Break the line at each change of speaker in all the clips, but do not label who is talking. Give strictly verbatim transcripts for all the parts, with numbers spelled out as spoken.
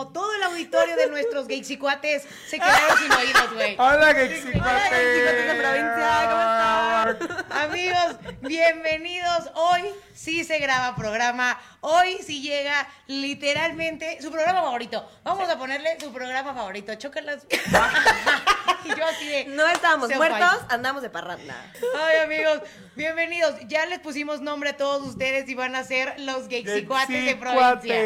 como todo el auditorio de nuestros Geeksicuates se quedaron sin oídos, güey.
Hola, Geeksicuates.
Hola, Geeksicuates de provincia, ¿cómo están? Amigos, bienvenidos. Hoy sí se graba programa. Hoy sí llega literalmente su programa favorito. Vamos a ponerle su programa favorito. Chócalas. Y yo así de...
No estábamos muertos, andamos de parranda.
Ay, amigos, bienvenidos. Ya les pusimos nombre a todos ustedes y van a ser los Geeksicuates de provincia.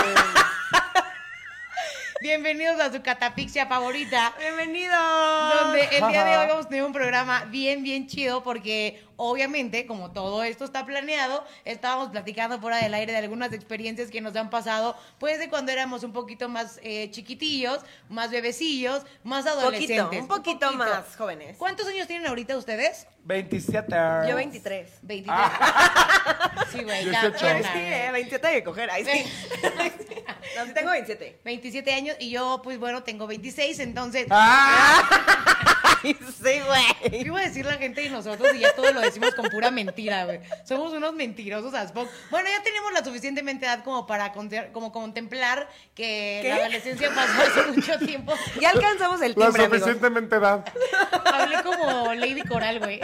Bienvenidos a su catafixia favorita.
Bienvenidos.
Donde el día de hoy vamos a tener un programa bien, bien chido porque obviamente, como todo esto está planeado, estábamos platicando fuera del aire de algunas experiencias que nos han pasado, pues de cuando éramos un poquito más eh, chiquitillos, más bebecillos, más adolescentes.
Poquito, un poquito, un poquito más jóvenes.
¿Cuántos años tienen ahorita ustedes?
veintisiete.
Yo veintitrés.
veintitrés. Ah. Sí, güey.
dieciocho.
Sí, eh, veintisiete hay que coger. Ahí sí. No, sí tengo veintisiete.
veintisiete años y yo, pues bueno, tengo veintiséis, entonces...
¡Ah!
Sí, güey.
¿Qué iba a decir la gente y nosotros y ya todo lo decimos con pura mentira, güey? Somos unos mentirosos as fuck. Bueno, ya tenemos la suficientemente edad como para conte- como contemplar que
¿Qué?
la adolescencia pasó hace mucho tiempo.
Ya alcanzamos el
Lo
timbre, amigos.
suficientemente edad.
Hablé como Lady Coral, güey.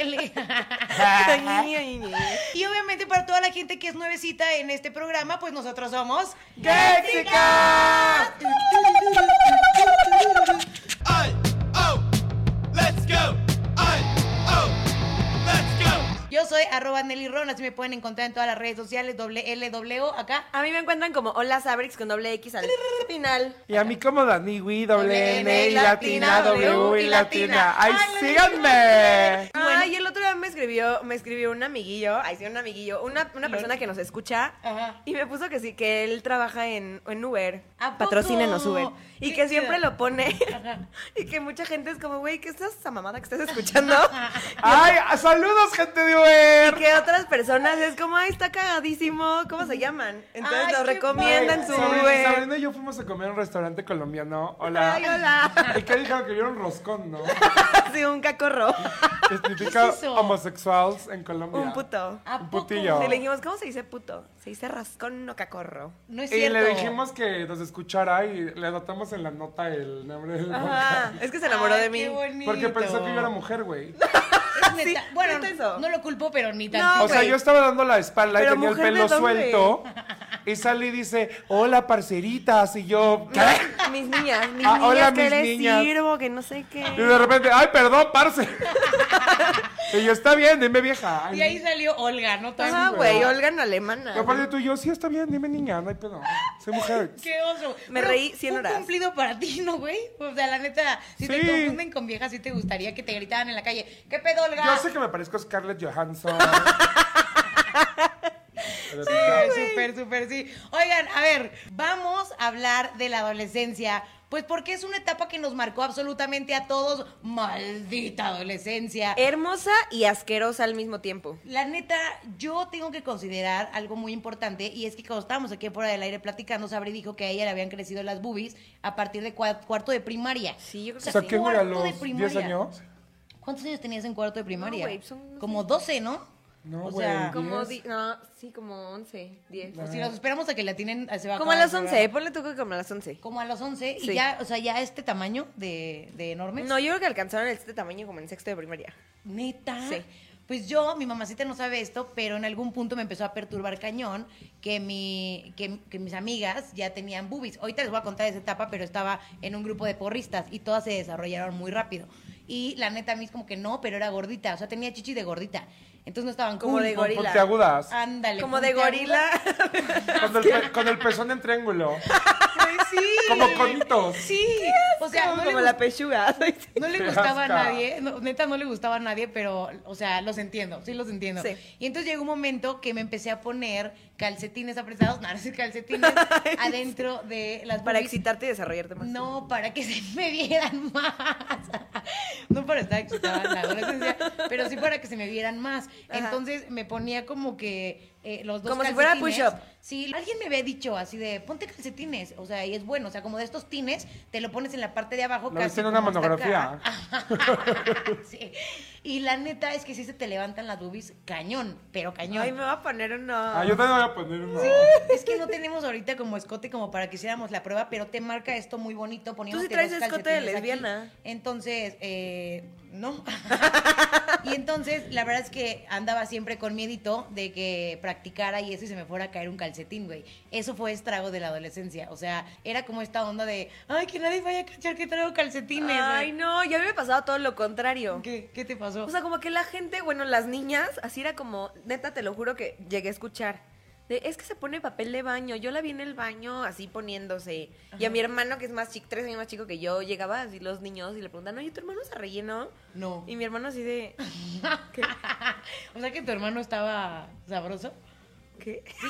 Y obviamente para toda la gente que es nuevecita en este programa, pues nosotros somos...
¡Geeksicas!
I, oh, let's go. I, oh, let's go.
Yo soy arroba Nelly Ron, así me pueden encontrar en todas las redes sociales, doble L, doble O, acá.
A mí me encuentran como Hola Sabrix con doble X al final.
Y a mí como Daniwi, doble
Doble
N
N
y latina,
W
W
y
y
latina.
latina. ¡Ay,
Ay,
síganme!
Ay, el otro día me escribió, me escribió un amiguillo, ay sí, un amiguillo, una, una persona que nos escucha,
Ajá.
y me puso que sí, que él trabaja en, en Uber,
¿A poco?
patrocínenos Uber, y
Qué
que siempre
chido.
lo pone, y que mucha gente es como, güey, ¿qué es esa mamada que estás escuchando?
¡Ay, saludos, gente de Uber!
Y que otras personas es como, ay, está cagadísimo, ¿cómo se llaman? Entonces
Ay,
nos
qué
recomiendan
padre.
su
Sabrina,
Uber.
Sabrina y yo fuimos a comer a un restaurante colombiano. Hola.
Ay, hola.
¿Y qué dijeron? Que vieron roscón, ¿no?
Sí, un cacorro,
Que significa
¿Qué es eso?
homosexuales en Colombia.
un puto.
¿A
Un
poco?
putillo.
Y le dijimos, ¿cómo se dice puto? Se dice rascón o cacorro.
No es
Y
cierto.
le dijimos que nos escuchara y le anotamos en la nota el nombre del
Ajá,
podcast.
es que se enamoró
Ay,
de mí.
qué bonito.
Porque pensó que yo era mujer, güey.
Es neta.
Sí,
Bueno,
neta eso.
no lo culpo, pero ni
No,
tantito.
O sea,
güey.
yo estaba dando la espalda y
Pero
tenía el
mujer, ¿de
pelo
dónde?
suelto. Y sale y dice, hola, parceritas. Y yo, ¿qué?
Mis niñas, mis
Ah,
niñas
hola,
que
mis
les
niñas.
sirvo, que no sé
Y
qué.
de repente, ay, perdón, parce. Y yo, está bien, dime vieja. Ay,
Y ahí salió Olga, ¿no? Tan-
Ah, güey, Olga en alemana.
Y aparte tú y yo, sí, está bien, dime niña, no hay pedo. Soy mujer.
¡Qué oso!
Me
Pero
reí cien
un
horas.
cumplido para ti, ¿no, güey? O sea, la neta, si te
Sí.
confunden con viejas, sí te gustaría que te gritaran en la calle. ¿Qué pedo, Olga?
Yo sé que me parezco a Scarlett Johansson. Pero
Sí,
ya.
güey, súper, súper, sí. Oigan, a ver, vamos a hablar de la adolescencia. Pues porque es una etapa que nos marcó absolutamente a todos. Maldita adolescencia.
Hermosa y asquerosa al mismo tiempo.
La neta, yo tengo que considerar algo muy importante y es que cuando estábamos aquí fuera del aire platicando, Sabri dijo que a ella le habían crecido las boobies a partir de cua- cuarto de primaria.
Sí, yo creo
O
que
sea,
sí.
¿qué, güey, a
Cuarto de
los
primaria.
diez años?
¿Cuántos años tenías en cuarto de primaria?
güey, son- no sé.
Como doce, ¿no?
No,
o
güey.
sea,
Como,
diez.
di- no, sí, como once, diez.
pues si nos esperamos a que la tienen, se va a
Como a
acabar
las
el
once,
programa.
ponle tú que como a las once.
Como a las once y
Sí.
ya, o sea, ya este tamaño de, de enormes.
No, yo creo que alcanzaron este tamaño como en sexto de primaria.
Neta.
Sí.
Pues yo, mi mamacita no sabe esto, pero en algún punto me empezó a perturbar cañón que, mi, que, que mis amigas ya tenían boobies. Ahorita les voy a contar esa etapa, pero estaba en un grupo de porristas y todas se desarrollaron muy rápido. Y la neta a mí es como que no, pero era gordita, o sea, tenía chichi de gordita. Entonces no estaban
Como
cool.
de gorila.
Puntiagudas.
Ándale.
Como de
puntiagudas.
gorila.
Con el, pe- con el pezón en triángulo.
Ay, sí.
Como conitos.
Sí. O sea,
como
no
como
le,
la
gust-
pechuga.
no le
Qué
gustaba a
asca.
nadie. No, neta, no le gustaba a nadie, pero, o sea, los entiendo. Sí, los entiendo.
Sí.
Y entonces llegó un momento que me empecé a poner calcetines apretados, no, no sé, calcetines adentro de las
Para
boobies.
excitarte y desarrollarte más.
No, para que se me vieran más. No para estar excitada en la adolescencia, pero sí para que se me vieran más.
Ajá.
Entonces me ponía como que eh, los dos
Como si fuera
calcetines.
push-up.
Sí, alguien me había dicho así de, ponte calcetines, o sea, y es bueno, o sea, como de estos tines, te lo pones en la parte de abajo.
Lo
casi
viste en una
como hasta
monografía.
acá. Sí. Y la neta es que sí se te levantan las boobies cañón, pero cañón.
Ay, me voy a poner uno.
Ah, yo también voy a poner uno.
Es que no tenemos ahorita como escote como para que hiciéramos la prueba, pero te marca esto muy bonito.
Tú sí traes escote de lesbiana.
Entonces, eh, no. Y entonces, la verdad es que andaba siempre con miedito de que practicara y eso y se me fuera a caer un calcetín, güey. Eso fue estrago de la adolescencia. O sea, era como esta onda de, ay, que nadie vaya a cachar que traigo calcetines.
Ay,
güey.
no, ya me ha pasado todo lo contrario.
¿Qué, ¿Qué te pasó?
O sea, como que la gente, bueno, las niñas, así era como, neta, te lo juro que llegué a escuchar. De, es que se pone papel de baño. Yo la vi en el baño así poniéndose. Ajá. Y a mi hermano, que es más chico, tres años más chico que yo, llegaba así los niños y le preguntaban, oye, ¿tu hermano se rellenó?
No.
Y mi hermano así de,
¿qué? O sea que tu hermano estaba sabroso.
¿qué?
Sí.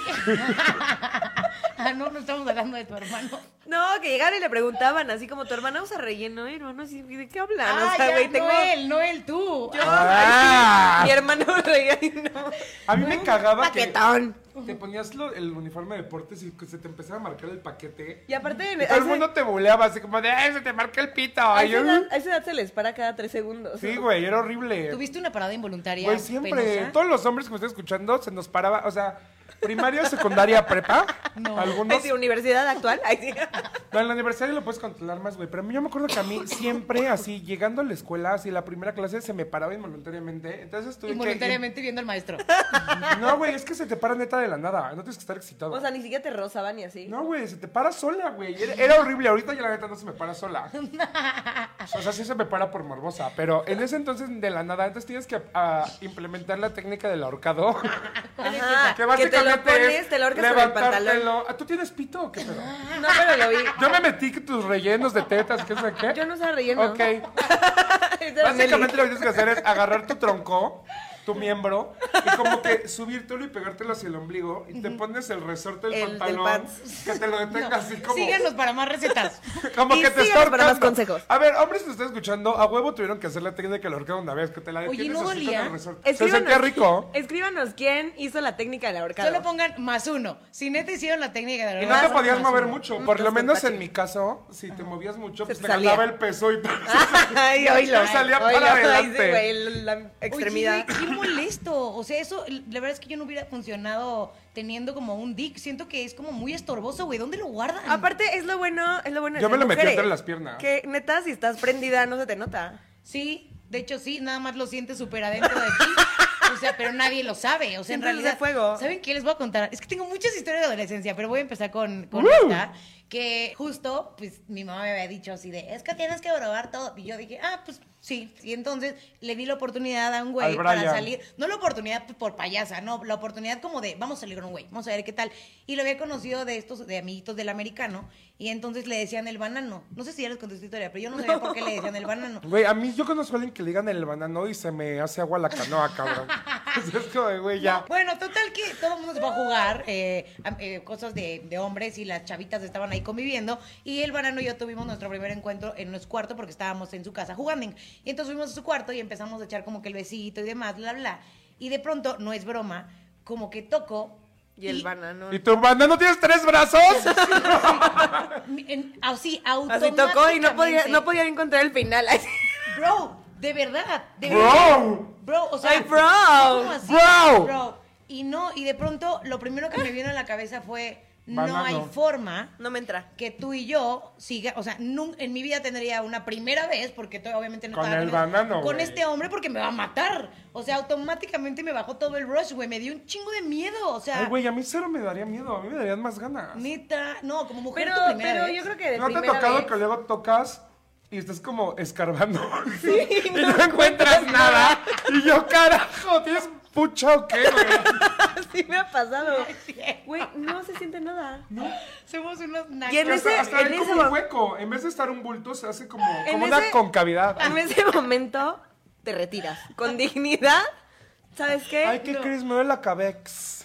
Ah, no, no estamos hablando de tu hermano.
No, que llegaron y le preguntaban así como, ¿tu hermano usa relleno? Y hermano así, ¿de qué hablan?
Ah,
o sea,
ya,
güey,
no
tengo...
él, no él, tú.
Yo,
Ah.
ay, sí, mi hermano relleno.
A mí me cagaba que
Paquetón.
te ponías lo- el uniforme de deportes y que se te empezaba a marcar el paquete.
Y aparte...
Y todo el mundo te buleaba así como de, ¡ay, se te marca el pito!
A
Y
esa,
yo,
edad, a esa edad se les para cada tres segundos.
sí, güey, era horrible.
¿Tuviste una parada involuntaria?
Güey, siempre,
penosa?
todos los hombres que me están escuchando se nos paraba, o sea, primaria, secundaria, prepa,
No.
algunos...
Ay, sí, universidad actual. Ay, sí.
No, en la universidad lo puedes controlar más, güey. Pero a mí yo me acuerdo que a mí siempre, así, llegando a la escuela, así, la primera clase, se me paraba involuntariamente. Entonces tuve
Involuntariamente viendo al maestro.
que... No, güey, es que se te para neta de la nada. No tienes que estar excitado.
O sea, ni siquiera te rozaban ni así.
No, güey, se te para sola, güey. Era, era horrible. Ahorita ya la neta no se me para sola. O sea, sí se me para por morbosa. Pero en ese entonces, de la nada, antes tienes que ah, implementar la técnica del ahorcado.
Ajá,
Que
que te lo
básicamente
pones,
es
te lo ahorcas con el pantalón.
levantártelo. Ah, ¿tú tienes pito o qué pedo?
No, pero lo vi.
Yo me metí que tus rellenos de tetas, ¿qué sé qué?
Yo no sé relleno.
Ok.
Esa era
Básicamente
Nelly.
lo que tienes que hacer es agarrar tu tronco, tu miembro, y como que subírtelo y pegártelo hacia el ombligo, y te pones el resorte del
El del
pantalón,
pants.
que te lo detenga así como...
Síganos para más recetas.
Como
Y
que te está
síganos para más
ahorcando.
consejos.
A ver, hombres que están escuchando, a huevo tuvieron que hacer la técnica del ahorcado una vez, que te la
Oye,
detienes
¿no
así con
dolía?
el resorte. Se
Escríbanos-
sentía rico.
Escríbanos quién hizo la técnica del ahorcado.
Solo pongan más uno. Si neta hicieron la técnica de
Y
la
no te
más
podías mover
uno.
mucho. Por lo
Los
menos
tepaches.
en mi caso, si te movías mucho, pues
te
te
salía.
ganaba el peso y...
Ay, oílo.
Te salía
Oílo,
para
ay, sí,
adelante.
güey, la extremidad.
Oye, qué molesto. O sea, eso, la verdad es que yo no hubiera funcionado teniendo como un dick. Siento que es como muy estorboso, güey. ¿Dónde lo guardan?
Aparte, es lo bueno, es lo bueno de
Yo me
ser
lo metí
mujeres,
entre las piernas.
Que neta, si estás prendida, no se te nota.
Sí, de hecho sí, nada más lo sientes súper adentro de ti. O sea, pero nadie lo sabe. O sea,
Siempre
en
es de
realidad.
fuego.
¿Saben qué les voy a contar? Es que tengo muchas historias de adolescencia, pero voy a empezar con, con
¡Uh!
esta. Que justo, pues, mi mamá me había dicho así de, es que tienes que probar todo. Y yo dije, ah, pues, sí. Y entonces le di la oportunidad a un güey
Al
para
Brian.
salir. No la oportunidad pues, por payasa, no. La oportunidad como de, vamos a salir con un güey, vamos a ver qué tal. Y lo había conocido de estos, de amiguitos del americano. Y entonces le decían el banano. No sé si ya les conté esta historia, pero yo no sabía por qué le decían el banano.
Güey, a mí yo conozco a alguien que le digan el banano y se me hace agua la canoa, cabrón. Es como, de, güey, ya.
Bueno, total que todo el mundo se fue a jugar eh, a- eh, cosas de, de hombres y las chavitas estaban ahí conviviendo. Y el banano y yo tuvimos nuestro primer encuentro en nuestro cuarto porque estábamos en su casa jugando. Y entonces fuimos a su cuarto y empezamos a echar como que el besito y demás, bla, bla. Y de pronto, no es broma, como que toco.
Y el banano.
¿Y tu banano tienes tres brazos?
en- Así,
Así
automáticamente.
tocó y no podía, no podía encontrar el final. Ay,
Bro, de verdad, de
Bro.
verdad. Bro, o sea,
Ay, bro.
¿cómo así?
Bro.
Y no, y de pronto lo primero que me vino a la cabeza fue, no
Banano.
hay forma
No me entra.
que tú y yo siga, o sea, nun- en mi vida tendría una primera vez, porque to- obviamente no
Con
estaba
el
es-
banano,
con
güey.
este hombre porque me va a matar. O sea, automáticamente me bajó todo el rush, güey, me dio un chingo de miedo, o sea,
Ay, güey, a mí cero me daría miedo. A mí me darían más ganas.
neta, no, como mujer
Pero,
tu primera
pero
vez.
yo creo que de
¿No te ha
primera
tocado
vez...
que luego tocas y estás como escarbando?
y
y no encuentras nada. Y yo, carajo, ¿tienes pucha o qué, güey?
Sí me ha pasado.
Sí.
Güey, no se siente nada.
Somos unos nacos.
Y en
Hasta,
ese-
hasta hay
en
como
ese
un
mo-
hueco. En vez de estar un bulto, se hace como,
En
como una
ese-
concavidad.
En ese momento te retiras. Con dignidad. ¿Sabes qué?
Ay, ¿qué
No.
crees? Me duele la cabeza.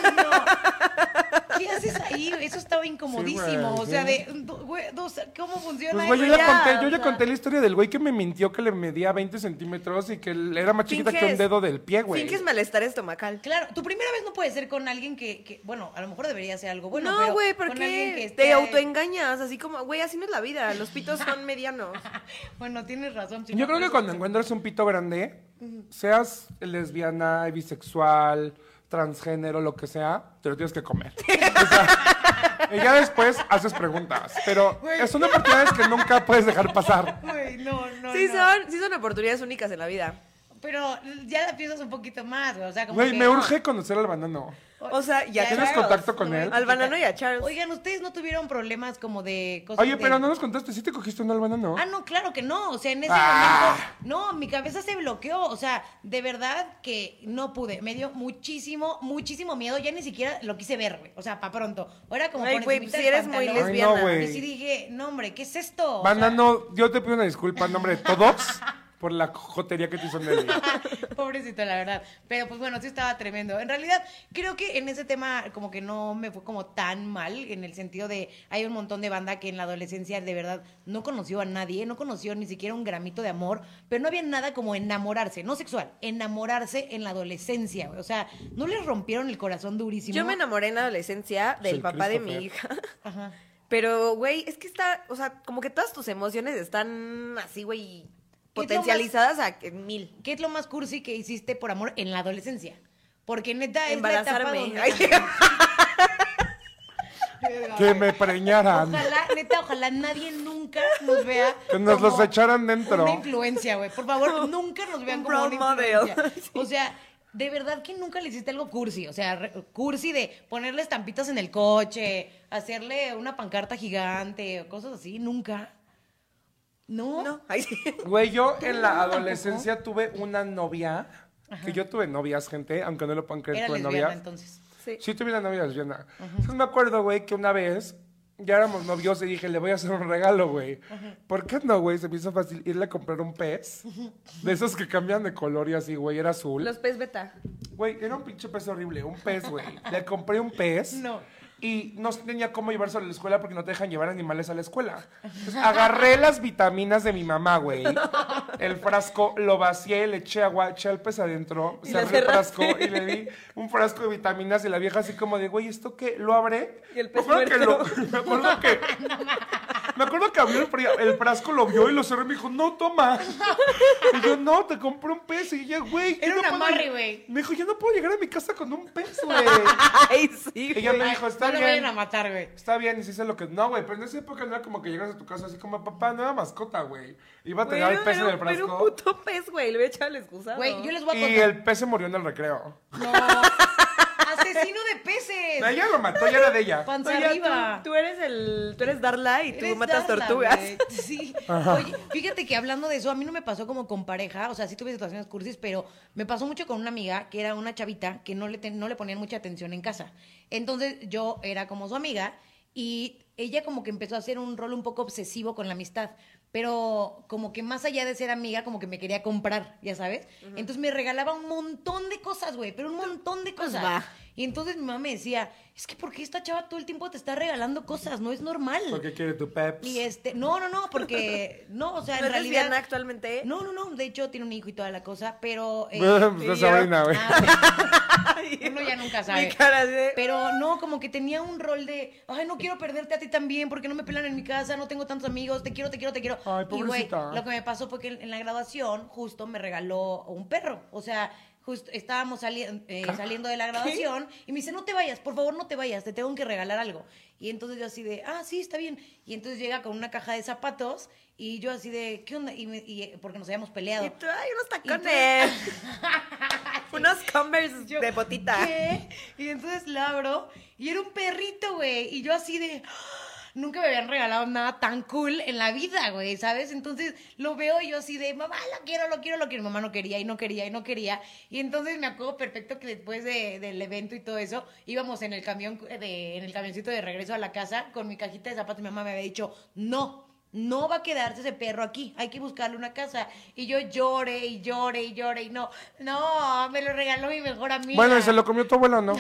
¿Qué haces ahí? Eso estaba incomodísimo.
Sí, güey,
o sea,
sí.
de, do- güey, dos- ¿cómo funciona
Pues, güey, yo
eso?
ya
ya,
conté, yo
o
ya
sea.
conté la historia del güey que me mintió que le medía veinte centímetros y que él era más chiquita que un
Finges-
dedo del pie, güey.
Finges malestar estomacal.
Claro, tu primera vez no puede ser con alguien que, que- bueno, a lo mejor debería ser algo bueno,
no,
pero
güey, ¿por
con alguien que
qué?
esté-
Te autoengañas, así como, güey, así no es la vida. Los pitos son medianos.
Bueno, tienes razón. sí,
Yo
no,
creo que
pero-
cuando encuentras un pito grande, seas lesbiana, bisexual, transgénero, lo que sea, te lo tienes que comer. O sea, y ya después haces preguntas. Pero
Güey.
son oportunidades que nunca puedes dejar pasar.
Güey, no, no,
Sí
no.
son, sí son oportunidades únicas en la vida.
Pero ya la piensas un poquito más, güey. O sea, como
Güey,
que,
me
no.
urge conocer al banano.
O sea, ya
¿Tienes
Charles.
contacto con él?
Al banano y a Charles.
Oigan, ¿ustedes no tuvieron problemas como de cosas
Oye,
de-
pero no nos contaste, ¿sí te cogiste uno al banano?
Ah, no, claro que no. O sea, en ese
Ah.
momento. No, mi cabeza se bloqueó. O sea, de verdad que no pude. Me dio muchísimo, muchísimo miedo. Ya ni siquiera lo quise ver, güey. O sea, pa' pronto. O era como
Ay,
por
güey,
encimita
si
del
eres muy
pantalón.
lesbiana.
Ay, no, güey.
Y sí dije, no, hombre, ¿qué es esto? O sea,
Banano, yo te pido una disculpa en nombre de todos por la jotería que te hizo Nelly.
pobrecito, la verdad. Pero pues bueno, sí estaba tremendo. En realidad, creo que en ese tema como que no me fue como tan mal, en el sentido de, hay un montón de banda que en la adolescencia de verdad no conoció a nadie, no conoció ni siquiera un gramito de amor, pero no había nada como enamorarse, no sexual, enamorarse en la adolescencia, güey. O sea, no les rompieron el corazón durísimo.
Yo me enamoré en la adolescencia del
Sí,
papá de
Christopher.
mi hija.
Ajá.
Pero, güey, es que está, o sea, como que todas tus emociones están así, güey,
¿Qué es lo
potencializadas a que- mil.
¿Qué es lo más cursi que hiciste por amor en la adolescencia? Porque neta es la etapa
Embarazarme.
donde...
Ay,
Que me preñaran.
Ojalá, neta, ojalá nadie nunca nos vea.
Que nos
como
los echaran dentro.
Una influencia, güey. Por favor, nunca nos vean
Un
como una
role model.
influencia. O sea, de verdad que nunca le hiciste algo cursi. O sea, re- cursi de ponerle estampitas en el coche, hacerle una pancarta gigante o cosas así. Nunca. ¿No?
no, ay, sí.
Güey, yo en la
tampoco?
adolescencia tuve una novia. Que yo tuve novias, gente, aunque no lo puedan creer,
Era
tuve
lesbiana
novias.
entonces.
Sí.
Sí, tuve una novia lesbiana. Entonces me acuerdo, güey, que una vez ya éramos novios y dije, le voy a hacer un regalo, güey. ¿Por qué no, güey? Se me hizo fácil irle a comprar un pez. De esos que cambian de color y así, güey. Era azul.
Los pez beta.
Güey, era un pinche pez horrible. Un pez, güey. Le compré un pez.
No.
Y no tenía cómo llevárselo a la escuela porque no te dejan llevar animales a la escuela. Entonces, agarré las vitaminas de mi mamá, güey. El frasco, lo vacié, le eché agua, eché el pez adentro,
Y
cerré
lo
el frasco
cerraste.
y le di un frasco de vitaminas y la vieja así como de, güey, ¿esto qué? ¿Lo abré?
Y el pez
me acuerdo que
muerto.
lo- Me acuerdo que... Me acuerdo que abrió el, fri- el frasco, lo vio y lo cerró y me dijo, no, toma. Y yo, no, te compré un pez. Y ella, güey. yo
Era
no
un
puedo
amarre,
lleg-".
güey.
Me dijo, yo no puedo llegar a mi casa con un pez, güey.
Ay, sí,
Ella me
güey.
dijo, está
no lo
bien.
vayan a matar, güey.
Está bien, y sí sé lo que... No, güey, pero en esa época no era como que llegas a tu casa así como, papá, no era mascota, güey. Iba a tener el
Bueno,
pez en el
pero- pero un
frasco.
puto pez, güey. Le voy a echar el excusado.
Güey, yo les voy a
Y
contar.
el pez se murió en el recreo.
No. Asesino de peces.
Ella lo mató, ya era de ella.
Panza
Oye,
arriba.
tú, tú eres el, tú eres Darla y tú
Eres
matas
Darla,
tortugas.
güey. Sí. Oye, fíjate que hablando de eso, a mí no me pasó como con pareja, o sea, sí tuve situaciones cursis, pero me pasó mucho con una amiga que era una chavita que no le, ten- no le ponían mucha atención en casa. Entonces yo era como su amiga y ella como que empezó a hacer un rol un poco obsesivo con la amistad, pero como que más allá de ser amiga, como que me quería comprar, ya sabes. Entonces me regalaba un montón de cosas, güey, pero un montón de
Pues
cosas.
va.
Y entonces mi mamá me decía, es que ¿por qué esta chava todo el tiempo te está regalando cosas? No es normal.
Porque quiere tu peps.
Y este, no, no, no, porque, no, o sea,
¿No
en
es
realidad...
lesbiana actualmente?
No, no, no, de hecho tiene un hijo y toda la cosa, pero... eh,
Pues la
y yo-
sobrina, güey.
ah, uno ya nunca sabe.
Mi cara de...
Pero no, como que tenía un rol de, ay, no quiero perderte a ti también, porque no me pelan en mi casa, no tengo tantos amigos, te quiero, te quiero, te quiero.
Ay,
y güey,
pobrecita.
lo que me pasó fue que en, en la graduación justo me regaló un perro. O sea, justo estábamos sali- eh, saliendo de la graduación y me dice, no te vayas, por favor, no te vayas, te tengo que regalar algo. Y entonces yo así de, ah, sí, está bien. Y entonces llega con una caja de zapatos y yo así de, ¿qué onda? Y, me- y- porque nos habíamos peleado.
Y tú, ay, unos
Y
tacones. Unos Converse
Yo,
de botita.
¿qué? Y entonces la abro y era un perrito, güey. Y yo así de... ¡ah! Nunca me habían regalado nada tan cool en la vida, güey, ¿sabes? Entonces lo veo y yo así de, mamá, lo quiero, lo quiero, lo quiero. Mi mamá no quería y no quería y no quería. Y entonces me acuerdo perfecto que después de- del evento y todo eso, íbamos en el camión, de, en el camioncito de regreso a la casa con mi cajita de zapatos. Mi mamá me había dicho, no. No va a quedarse ese perro aquí, hay que buscarle una casa. Y yo lloré y lloré y lloré y no, no, me lo regaló mi mejor amiga.
Bueno, ¿y se lo comió tu abuela o no?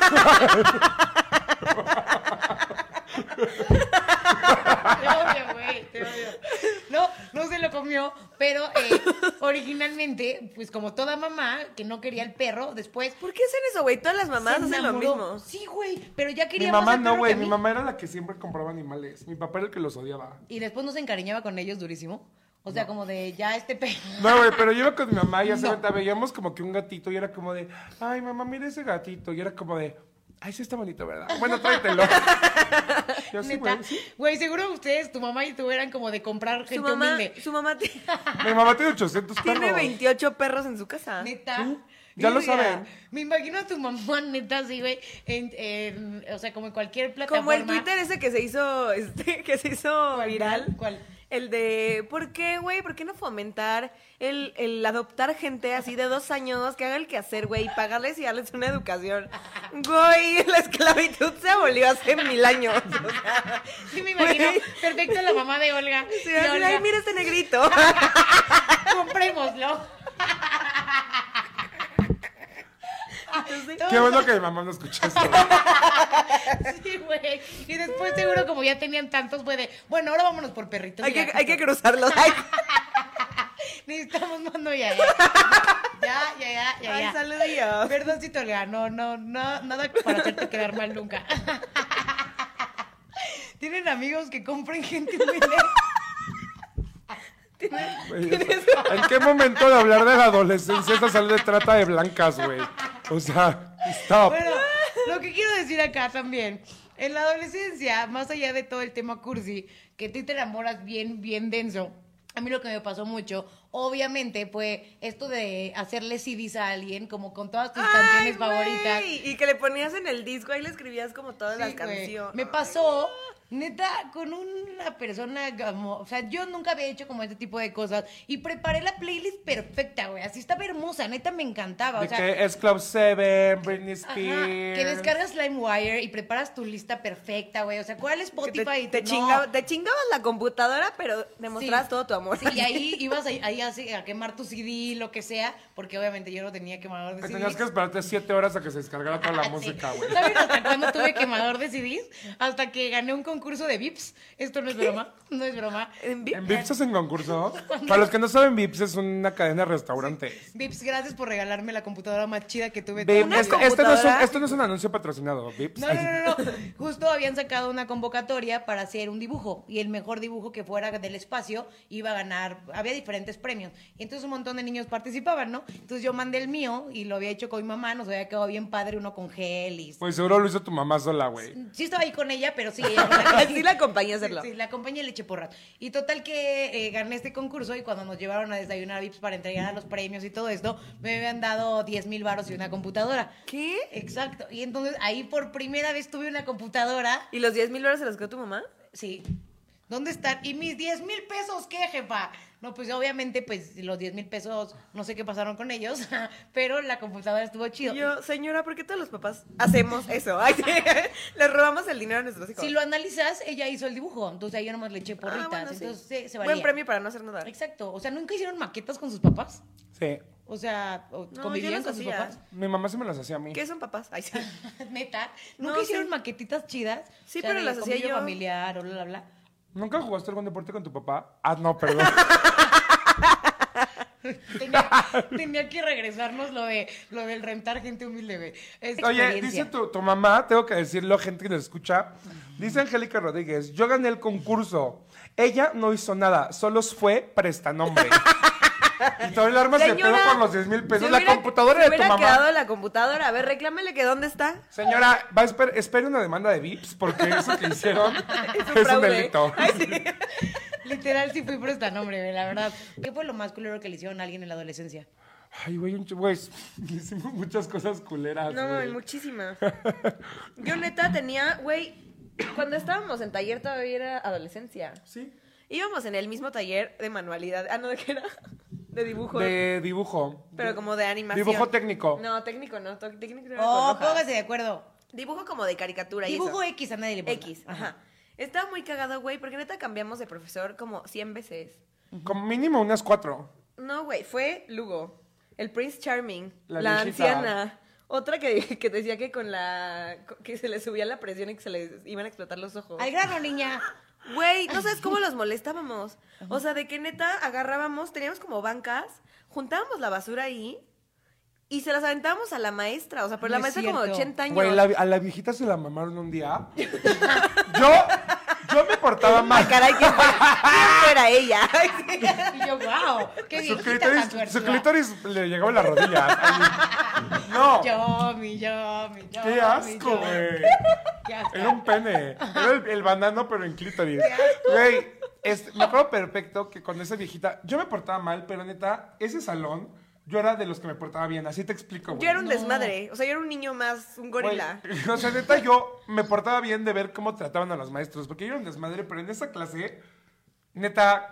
Te odio, güey, te odio. No, no se lo comió, pero eh, originalmente, pues como toda mamá que no quería el perro, después
¿Por qué hacen eso, güey? Todas las mamás
se
hacen lo
enamoró.
mismo.
Sí, güey, pero ya
Mi
quería
mamá
más al
no,
perro
güey.
que a
Mi
mí.
mamá era la que siempre compraba animales. Mi papá era el que los odiaba.
Y después no se encariñaba con ellos durísimo. O sea, como de ya este pe...
No, güey, pero yo iba con mi mamá y hace
No.
cuenta, veíamos como que un gatito y era como de, ay, mamá, mira ese gatito. Y era como de, ay, sí está bonito, ¿verdad? Bueno, tráetelo. Yo sí,
Neta.
güey, sí.
Güey, seguro ustedes, tu mamá y tú eran como de comprar
Su
gente
mamá,
humilde.
su mamá ti-
Mi mamá tiene ochocientos perros.
tiene veintiocho perros en su casa.
Neta.
Ya lo
Verga.
saben.
Me imagino a tu mamá, neta, así, güey, en, en- o sea, como en cualquier plataforma.
Como el Twitter ese que se hizo, este, que se hizo viral.
¿Cuál?
El de, ¿por qué, güey? ¿Por qué no fomentar el, el adoptar gente así de dos años que haga el quehacer, güey, y pagarles y darles una educación? Güey, la esclavitud se abolió hace mil años. O sea,
Sí, me imagino
güey.
perfecto la mamá de Olga.
Sí,
Y
así,
Olga,
ay, mira este negrito.
comprémoslo.
Qué bueno que mi mamá no escuchó esto.
Sí, güey. Y después seguro como ya tenían tantos, fue de, bueno, ahora vámonos por perritos.
Hay
y
que,
gatitos.
hay que cruzarlos. Ay,
Necesitamos mando ya, ya. Ya, ya, ya, ya.
ay,
ya.
saludillos.
Perdón, si Olga, no, no, no, nada para hacerte quedar mal nunca. ¿Tienen amigos que compren gente humilde?
Güey, ¿en qué momento de hablar de la adolescencia esta sale de trata de blancas, güey? O sea, stop.
Bueno, lo que quiero decir acá también, en la adolescencia, más allá de todo el tema cursi, que tú te enamoras bien, bien denso, a mí lo que me pasó mucho, obviamente, fue esto de hacerle C Ds a alguien, como con todas tus
Ay,
canciones
güey.
favoritas.
Y que le ponías en el disco, ahí le escribías como todas
Sí,
las
güey.
canciones.
Me pasó, neta, con una persona como, o sea, yo nunca había hecho como este tipo de cosas y preparé la playlist perfecta, güey, así estaba hermosa, neta me encantaba,
De
o sea,
que es Club Seven, Britney
ajá,
Spears.
que descargas LimeWire y preparas tu lista perfecta, güey, o sea, ¿cuál es
Que
Spotify?
te, te,
No.
chingaba- te chingabas la computadora, pero demostrabas
Sí.
todo tu amor.
Sí, y ahí ibas a, ahí así a quemar tu C D, lo que sea, porque obviamente yo no tenía quemador de
Que
C
tenías
Ds.
que esperarte siete horas a que se descargara toda la
Ah,
música,
sí.
güey.
¿Saben hasta cuándo tuve quemador de C Ds? Hasta que gané un concurso de Vips. Esto no es broma, no es broma.
En vi-
¿En Vips hacen concurso? Para los que no saben, Vips es una cadena de restaurantes.
Vips, gracias por regalarme la computadora más chida que tuve.
Vips,
toda mi
este,
vida.
este no es un,
computadora.
este no es un anuncio patrocinado, Vips.
No, no, no, no. Justo habían sacado una convocatoria para hacer un dibujo y el mejor dibujo que fuera del espacio iba a ganar, había diferentes premios. Y entonces un montón de niños participaban, ¿no? Entonces yo mandé el mío y lo había hecho con mi mamá, nos había quedado bien padre, uno con gel y...
Pues seguro lo hizo tu mamá sola, güey.
Sí estaba ahí con ella, pero sí. ella fue la que-
Sí la acompañé a hacerlo.
Sí, sí, la acompañé y le eché porras. Y total que eh, gané este concurso y cuando nos llevaron a desayunar a Vips para entregar a los premios y todo esto, me habían dado diez mil varos y una computadora.
¿Qué?
Exacto. Y entonces ahí por primera vez tuve una computadora.
¿Y los diez mil dólares se los quedó tu mamá?
Sí. ¿Dónde están? ¿Y mis diez mil pesos qué, jefa? No, pues obviamente, pues los diez mil pesos, no sé qué pasaron con ellos, pero la computadora estuvo chido.
Y yo, señora, ¿por qué todos los papás hacemos eso? Ay, sí, les robamos el dinero a nuestros hijos.
Si lo analizas, ella hizo el dibujo, entonces ahí yo nomás le eché
Ah,
porritas,
bueno, sí.
entonces se, se valía.
Buen premio para no hacer nada.
Exacto, o sea, ¿nunca hicieron maquetas con sus papás?
Sí.
O sea, o
No,
convivían
yo las
con sus
hacía.
papás.
Mi mamá se me las hacía a mí.
¿Qué son papás? Ay, sí.
Neta, ¿nunca
No,
hicieron
sí.
maquetitas chidas?
Sí,
O sea,
pero
de
las hacía
convivio
yo.
familiar o bla, bla, bla.
¿Nunca jugaste algún deporte con tu papá? Ah, no, perdón.
Tenía, tenía que regresarnos lo de lo del rentar gente humilde, güey. Es
Oye,
experiencia.
dice tu, tu mamá, tengo que decirlo, gente que nos escucha. Dice Angélica Rodríguez, yo gané el concurso. Ella no hizo nada, solo fue prestanombre. Y todavía el arma se pedo
Señora,
por los diez mil pesos.
se
La
hubiera-
computadora
se
de tu
hubiera
mamá.
quedado la computadora. A ver, reclámele que dónde está.
Señora, va a esper- espere una demanda de Vips porque eso que hicieron es un,
fraude.
delito.
Ay, sí.
Literal, sí fui prestanombre, güey, la verdad. ¿Qué fue lo más culero que le hicieron a alguien en la adolescencia?
Ay, güey, un ch- güey, le hicimos muchas cosas culeras.
No,
güey.
muchísimas. Yo neta tenía, güey, cuando estábamos en taller todavía era adolescencia.
Sí.
Íbamos en el mismo taller de manualidad. Ah, no, ¿de qué era? De dibujo.
De dibujo.
Pero como de animación.
Dibujo técnico.
No, técnico no. to- Técnico era
Oh,
con hojas.
póngase de acuerdo.
Dibujo como de caricatura y
Dibujo
eso.
X, a nadie le importa.
X, ajá. Estaba muy cagado, güey, porque neta cambiamos de profesor como cien veces.
Como mínimo unas cuatro.
No, güey, fue Lugo, el Prince Charming,
La
la,
viejita.
anciana. Otra que, que decía que con la... que se le subía la presión y que se les iban a explotar los ojos.
Al grano, niña.
Güey, no sabes cómo los molestábamos. O sea, de que neta agarrábamos, teníamos como bancas, juntábamos la basura ahí y se las aventábamos a la maestra. O sea, pero
No
la
es
maestra como de
cierto.
ochenta años.
Güey, la- a la viejita se la mamaron un día. yo, yo me portaba
Ay,
mal.
caray, ¿quién fuera, quién fuera ella?
Y yo, wow, qué
Su
viejita
clítoris,
tan suertuda.
su clítoris le llegaba a la rodilla. Ay, no.
Yo, mi, yo, mi, yo.
Qué
mi,
asco,
yo.
güey.
Qué asco.
Era un pene. Era el, el banano, pero en clítoris. Güey, este, me acuerdo perfecto que con esa viejita, yo me portaba mal, pero neta, ese salón, yo era de los que me portaba bien. Así te explico, güey.
Yo era un desmadre. O sea, yo era un niño más, un gorila.
Güey, o sea, neta, yo me portaba bien de ver cómo trataban a los maestros, porque yo era un desmadre, pero en esa clase, neta,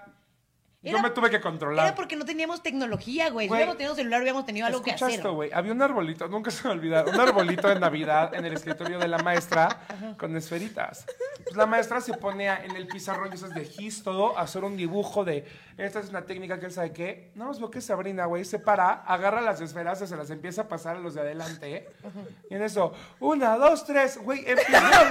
yo
Era-
me tuve que controlar.
Era porque no teníamos tecnología, güey. Si
Güey.
hubiéramos tenido celular, hubiéramos tenido algo que
Escucha
hacer.
esto, güey. Había un arbolito, nunca se me va a olvidar, un arbolito de Navidad en el escritorio de la maestra con esferitas. Pues la maestra se ponía en el pizarrón, y eso es de gis, todo, a hacer un dibujo de, esta es una técnica que él sabe qué. No, más veo que Sabrina, güey, se para, agarra las esferas y se las empieza a pasar a los de adelante. Y en eso, una, dos, tres, güey, empezaron...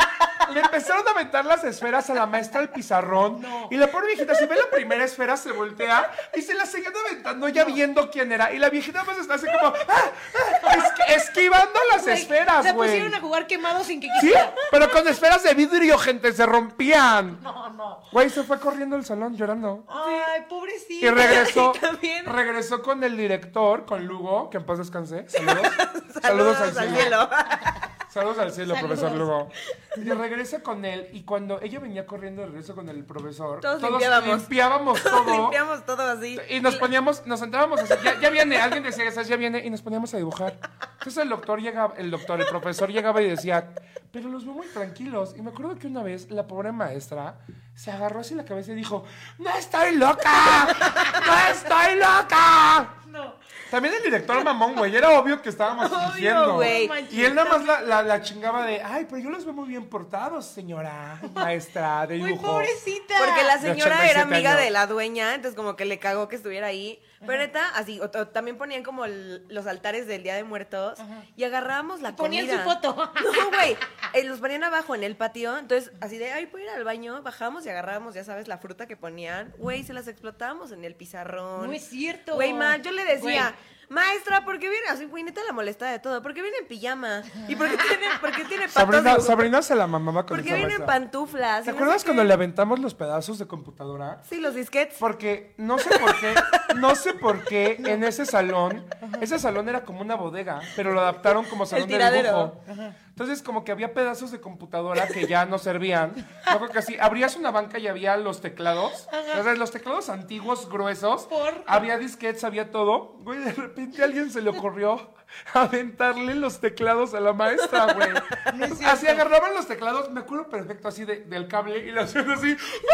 Le empezaron a aventar las esferas a la maestra al pizarrón. Y la pobre viejita, si ve la primera esfera, se voltea y se la seguían aventando ya viendo quién era. Y la viejita pues está así como ¡ah! ¡ah! esqui- esquivando las
Güey,
esferas,
Se
güey.
pusieron a jugar quemados sin que
Sí,
quisiera.
pero con esferas de vidrio, gente, se rompían.
No, no.
Güey, se fue corriendo al salón llorando.
Ay,
Y
pobrecito.
regresó,
también.
regresó con el director, con Lugo, que en paz descanse. Saludos. Saludos, al cielo. Saludos al cielo,
Saludos.
profesor Lugo. Y regresa con él, y cuando ella venía corriendo de regreso con el profesor,
Todos limpiábamos.
limpiábamos todo.
Limpiamos todo así.
Y nos poníamos, nos sentábamos así, ya, ya viene, alguien decía, "Esas, ya viene", y nos poníamos a dibujar. Entonces el doctor llegaba, el doctor, el profesor llegaba y decía, pero los veo muy tranquilos. Y me acuerdo que una vez la pobre maestra se agarró así la cabeza y dijo, ¡no estoy loca! ¡No estoy loca!
No.
También el director mamón, güey, era obvio que estábamos
Obvio,
fingiendo.
güey.
Y él nada más la, la, la chingaba de, ay, pero yo los veo muy bien portados, señora maestra de
Muy
dibujo.
pobrecita.
Porque la
De
señora
ochenta y
era
siete
amiga
años.
de la dueña, entonces como que le cagó que estuviera ahí. Pero neta, así, o- o también ponían como el- los altares del Día de Muertos y agarrábamos la
Ponían
comida.
su foto.
No, güey, eh, los ponían abajo en el patio, entonces así de, ay, puedo ir al baño, bajábamos y agarrábamos, ya sabes, la fruta que ponían. Güey, se las explotábamos en el pizarrón.
No es cierto.
Güey, ma, yo le decía...
Güey.
Maestra, ¿por qué viene así? Güey, neta la molestaba de todo. ¿Por qué viene en pijama? ¿Y por qué tiene, por qué tiene patos
Sabrina,
de-
Sabrina se la mamaba con
¿Por qué
esa
viene en
maestra.
pantuflas?
¿Te
Y no
acuerdas
sé
cuando
qué.
le aventamos los pedazos de computadora?
Sí, los disquetes.
Porque no sé por qué, no sé por qué en ese salón, ese salón era como una bodega, pero lo adaptaron como salón de
tiradero.
dibujo. Entonces como que había pedazos de computadora que ya no servían. Yo creo que así, abrías una banca y había los teclados, o sea, los teclados antiguos, gruesos,
¿Por?
había disquetes, había todo. Güey, de repente a alguien se le ocurrió aventarle los teclados a la maestra, güey.
No es
Así
cierto.
agarraban los teclados, me acuerdo perfecto así de- del cable y lo hacían así.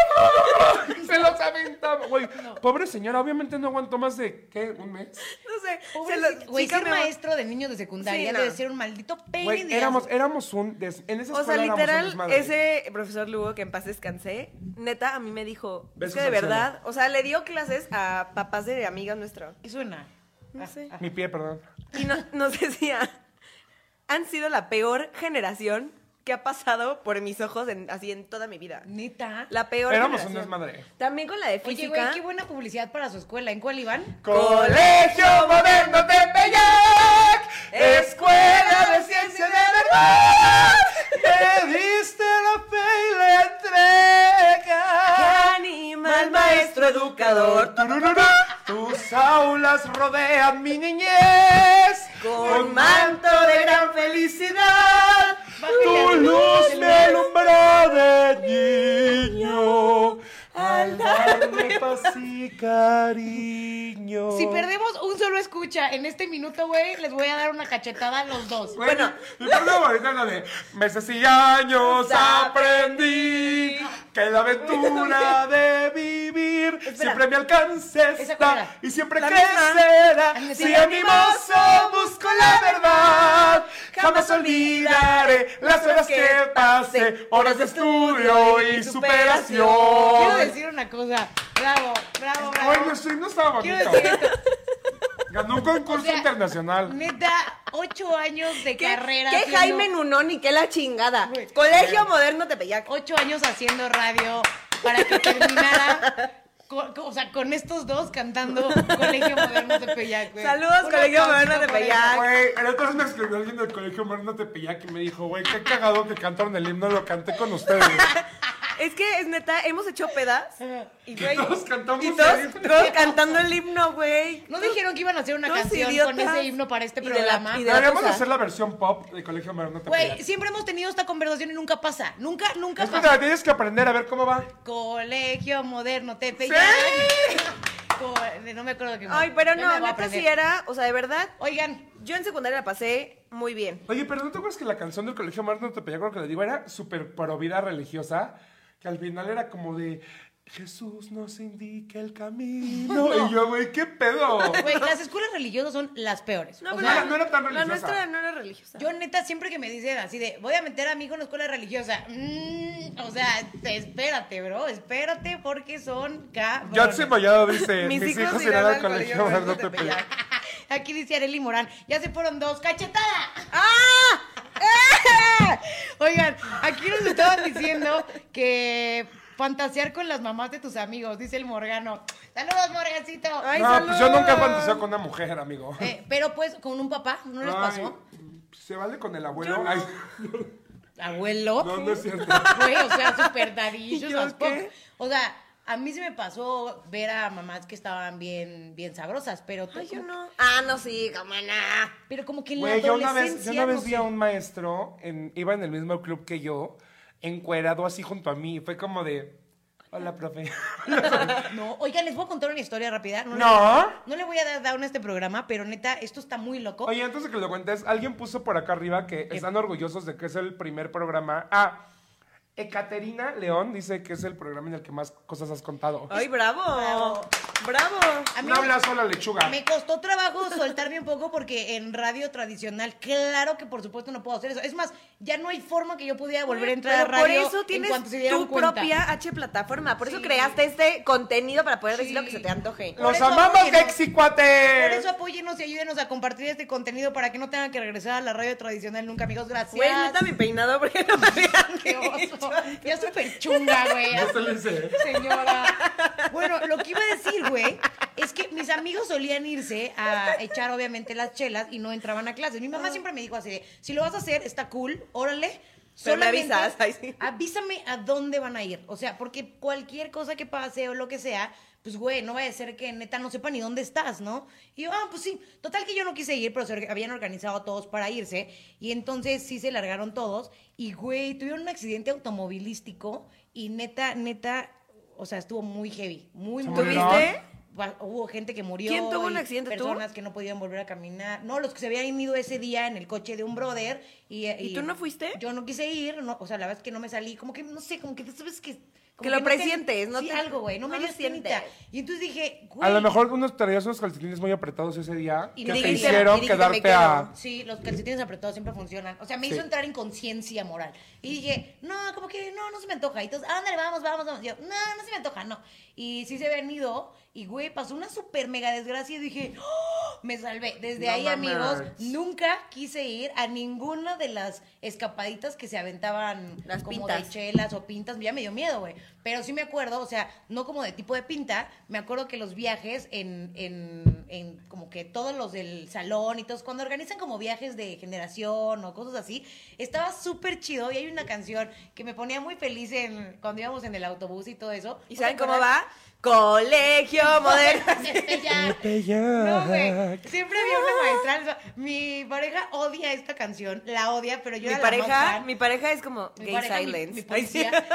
Se los aventaba, güey. Pobre señora, obviamente no aguantó más de, ¿qué? ¿Un mes?
No sé. se
Pobrecito.
lo-
Güey,
sí
ser
cambiamos-
maestro de niños de secundaria
Sí, no.
debe ser un maldito pain
Güey,
in the
éramos,
ass.
éramos un... des- en esa
O sea,
escuela éramos un
literal,
desmadre.
ese profesor Lugo, que en paz descansé, neta, a mí me dijo, es
Besos
que de
al
verdad, o sea, le dio clases a papás de amigas nuestras.
¿Qué suena?
No sé.
Mi pie, perdón.
Y no- nos decía, han sido la peor generación que ha pasado por mis ojos en- así en toda mi vida.
¿Neta?
La peor
Éramos un
generación.
desmadre.
También con la de
Oye,
física.
güey, qué buena publicidad para su escuela. ¿En cuál iban?
Colegio Moderno Tepeyac, Escuela de Ciencia de Verdad, te diste la fe y la entrega.
¡Qué animal, maestro educador!
Turururu. Tus aulas rodean mi niñez
Con manto de gran felicidad.
Tu luz me alumbró de niño al darme paz y cariño.
Si perdemos un solo escucha en este minuto, güey, les voy a dar una cachetada a los dos.
Bueno, mi parte favorita es la de meses y años aprendí que la aventura de vivir siempre me alcanza
¿Esa
está
cuál era?
y siempre
La misma.
crecerá.
Ay,
Si
sí.
animoso busco la verdad, jamás olvidaré las horas que pasé, horas de estudio y
Quiero
superación.
decir una cosa. Bravo, bravo, bravo.
Ay, nuestro himno estaba
Quiero
bonito.
decir esto.
Ganó un concurso
O sea,
internacional.
Neta, ocho años de
¿Qué,
carrera.
qué
haciendo-
Jaime Nunón y qué la chingada?
Güey.
Colegio Moderno Tepeyac.
Ocho años haciendo radio para que terminara. con- con- o sea, con estos dos cantando Colegio Moderno de Tepeyac, güey.
Saludos,
Un
Colegio
aplauso
Moderno
por
Tepeyac.
eso.
Güey, el otro día me escribió alguien del Colegio Moderno Tepeyac y me dijo, güey, qué cagado que cantaron el himno, lo canté con ustedes.
Es que es neta, hemos hecho pedas y, güey,
todos cantamos
y todos,
el himno.
todos cantando el himno, güey.
¿No dijeron que iban a hacer una
Todos
canción
idiotas.
con ese himno para este
Y de la-
programa?
y de la-
Deberíamos
cosa.
hacer la versión pop de Colegio Moderno. Te
Güey,
Peleas.
siempre hemos tenido esta conversación y nunca pasa. Nunca, nunca
Espera,
pasa.
tienes que aprender a ver cómo va.
Colegio Moderno Tepe.
¡Sí!
Co- No me acuerdo qué más.
Ay, pero
Ya
no,
me voy a
neta
aprender.
sí era, o sea, de verdad,
Oigan,
yo en secundaria la pasé muy bien.
Oye, pero ¿no te acuerdas que la canción del Colegio Moderno Te Peleas, creo que le digo, era súper pro vida religiosa? Que al final era como de Jesús nos indica el camino. Y yo, güey, ¿qué pedo?
güey, las escuelas religiosas son las peores.
No,
o
pero
no
sea,
era- no era tan
la
religiosa.
nuestra no era religiosa.
yo neta siempre que me dicen así de voy a meter a mi hijo en una escuela religiosa, mm, o sea, te- espérate, bro, espérate porque son cabrones.
Yatsi Mollado dice,
Mis
mis,
hijos
hijos
irán
irán
al
al Colegio
Colegio
Moderno
Moderno
Te
Te
Peleas.
Aquí dice Arely Morán, ya se fueron dos, ¡cachetada!
¡Ah!
Oigan, aquí nos estaban diciendo que fantasear con las mamás de tus amigos, dice el Morgano. Saludos, Morgancito.
Ay,
No, pues yo
salud.
nunca he fantaseado con una mujer, amigo.
Eh, pero pues, con un papá, ¿no les
Ay,
pasó?
¿se vale con el abuelo?
Yo no.
Ay,
Abuelo.
no, no es cierto.
Güey, o sea, súper dadillos.
¿Y yo
as fuck.
qué?
O sea, a mí se me pasó ver a mamás que estaban bien, bien sabrosas, pero tú
Ay, yo
como-
no. Ah, no, sí, cómo no.
Pero como que en la
Güey, yo una vez,
adolescencia,
yo una vez
no
vi
sé.
a un maestro, en, iba en el mismo club que yo, encuerado así junto a mí. Y fue como de, hola, profe.
No, oigan, les voy a contar una historia rápida. No.
No.
Le, no le voy a dar down a este programa, pero neta, esto está muy loco.
Oye, antes de que lo cuentes, alguien puso por acá arriba que están orgullosos de que es el primer programa. Ah, Ekaterina León dice que es el programa en el que más cosas has contado.
Ay, bravo.
Bravo.
Bravo.
A mí
No hablas a la lechuga.
me costó trabajo soltarme un poco porque en radio tradicional, claro que por supuesto no puedo hacer eso. Es más, ya no hay forma que yo pudiera volver a entrar
Pero
a radio
por eso
en
tienes
cuanto se dieran
tu
cuenta.
propia H plataforma. Por eso
Sí.
creaste este contenido para poder decir
Sí.
lo que se te antoje.
Por
¡Los
eso
amamos,
apóyennos.
Gexi Cuate!
Por eso apóyenos y ayúdenos a compartir este contenido para que no tengan que regresar a la radio tradicional nunca, amigos. Gracias.
Güey, neta mi peinado porque no me habían
Qué
dicho.
oso. Ya súper chunga, güey.
No te lo hice.
Señora. Bueno, lo que iba a decir, güey, es que mis amigos solían irse a echar, obviamente, las chelas y no entraban a clases. Mi mamá siempre me dijo así de, si lo vas a hacer, está cool, órale.
Pero me
solamente
avisas, ay, sí.
Avísame a dónde van a ir. O sea, porque cualquier cosa que pase o lo que sea, pues, güey, no vaya a ser que neta no sepa ni dónde estás, ¿no? Y yo, ah, pues sí. Total que yo no quise ir, pero se or- habían organizado a todos para irse. Y entonces sí se largaron todos. Y, güey, tuvieron un accidente automovilístico y neta, neta, o sea, estuvo muy heavy. Muy,
¿Se
muy
murieron?
¿Tuviste?
Va- Hubo gente que murió.
¿Quién tuvo un
y
accidente, tú?
Personas que no podían volver a caminar. No, los que se habían ido ese día en el coche de un brother. ¿Y,
¿Y tú no fuiste?
Yo no quise ir, no, o sea, la verdad es que no me salí. Como que, no sé, como que sabes que... como
Que lo
no te-
presientes, ¿no
Sí,
te-
algo, güey, no,
no
me
lo
dio espinita.
sientes.
Y entonces dije, güey...
A lo mejor unos traías unos calcetines muy apretados ese día
Y
que
no
te
quería.
hicieron
Y dijiste,
quedarte
me quedo.
a...
Sí, los calcetines apretados siempre funcionan. O sea, me
Sí.
hizo entrar en conciencia moral. Y dije, no, como que no, no se me antoja. Y entonces, ándale, vamos, vamos, vamos. Y yo, no, no se me antoja, no. Y sí se habían ido. Y, güey, pasó una súper mega desgracia. Y dije, ¡oh! Me salvé. Desde
No
ahí,
mames.
amigos, nunca quise ir a ninguna de las escapaditas que se aventaban
Las
como
pintas.
de chelas o pintas. Ya me dio miedo, güey. Pero sí me acuerdo, o sea, no como de tipo de pinta. Me acuerdo que los viajes en, en, en como que todos los del salón y todos, cuando organizan como viajes de generación o cosas así, estaba súper chido. Y hay una canción que me ponía muy feliz en, cuando íbamos en el autobús y todo eso.
¿Y
¿No
saben
te
cómo
acuerdas?
va? Colegio Moderno.
Pepe Jack.
Pepe Jack.
No, güey. Siempre había una maestra. Mi pareja odia esta canción. La odia, pero yo
Mi
era la más
pareja,
fan.
mi pareja es como
Mi
gay
pareja, mi-
silence.
mi
Ay, sí.
policía.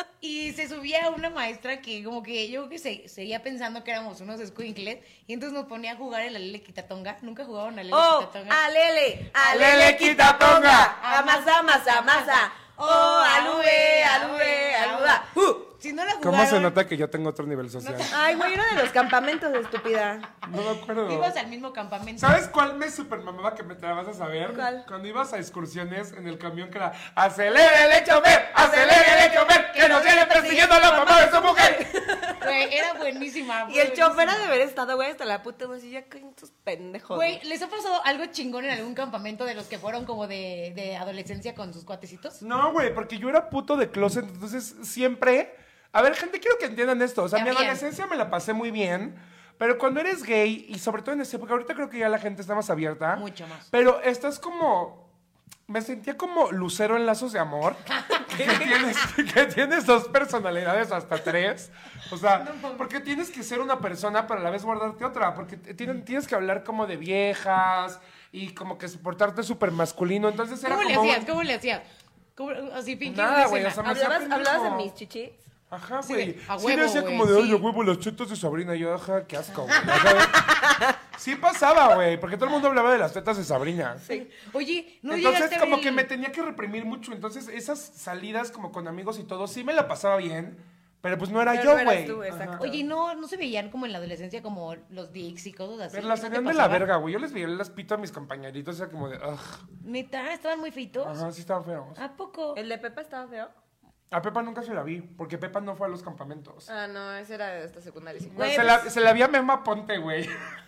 Y se subía una maestra que como que yo creo que se, seguía pensando que éramos unos squinkles y entonces nos ponía a jugar el alele quitatonga. ¿Nunca jugaban alele
Oh,
quitatonga?
alele,
Alele,
alele,
quitatonga.
quitatonga. Amasa, amasa, amasa. Oh, alube, alube, aluda. Uh.
Si no la
¿Cómo
jugaron,
se nota que yo tengo otro nivel social?
Ay, güey, uno de los campamentos, estúpida.
No me acuerdo.
ibas al mismo campamento.
¿Sabes cuál me supermamaba que me te la vas a saber?
¿Cuál?
Cuando ibas a excursiones en el camión que era ¡Acelere el chofer! ¡Acelere el chofer! ¡Que nos viene persiguiendo la mamá de su mujer!
Güey, era buenísima.
Y el
buenísima.
chofer ha de haber estado, güey, hasta la puta, güey, ya caen estos pendejos.
Güey, ¿les ha pasado algo chingón en algún campamento de los que fueron como de, de adolescencia con sus cuatecitos?
No, güey, porque yo era puto de closet, entonces siempre... A ver, gente, quiero que entiendan esto. O sea,
Ya
mi
bien.
adolescencia me la pasé muy bien, pero cuando eres gay, y sobre todo en esa época, ahorita creo que ya la gente está más abierta.
Mucho más.
Pero estás como me sentía como Lucero en Lazos de Amor, que, tienes, que tienes dos personalidades o hasta tres. O sea, porque tienes que ser una persona pero a la vez guardarte otra, porque tienes, tienes que hablar como de viejas y como que portarte súper masculino. Entonces era
¿Cómo le
como...
hacías? ¿Cómo le hacías? ¿Cómo- así, fingir
Nada,
una
güey, o
escena.
sea, me hacía
¿Hablabas, hablabas de
pendejo.
mis chichis?
Ajá,
Sí,
güey.
a
Sí,
huevo,
le decía
güey,
como de,
sí.
oye, huevo, los chetos de Sabrina. Y yo, ajá, qué asco, güey. Ajá. Sí pasaba, güey, porque todo el mundo hablaba de las tetas de Sabrina.
Sí. Oye, no
Entonces,
llegaste a
como
ver
que
el-
me tenía que reprimir mucho. Entonces, esas salidas como con amigos y todo, sí me la pasaba bien, pero pues no era
Pero
yo,
no eras
güey.
tú, exacto.
Ajá.
Oye, ¿no, ¿no se veían como en la adolescencia como los dicks y cosas así?
Pero las
¿No te
tenían de la
pasaba?
verga, güey. Yo les veía las pito a mis compañeritos, era como de, ugh.
¿Neta? ¿Estaban muy feitos?
Ajá, sí estaban feos.
¿A poco?
¿El de Pepa estaba feo?
A Pepa nunca se la vi, porque Pepa no fue a los campamentos.
Ah, no, ese era de esta secundaria. sí.
No,
Güey,
se, la, se la vi a Mema Ponte, güey.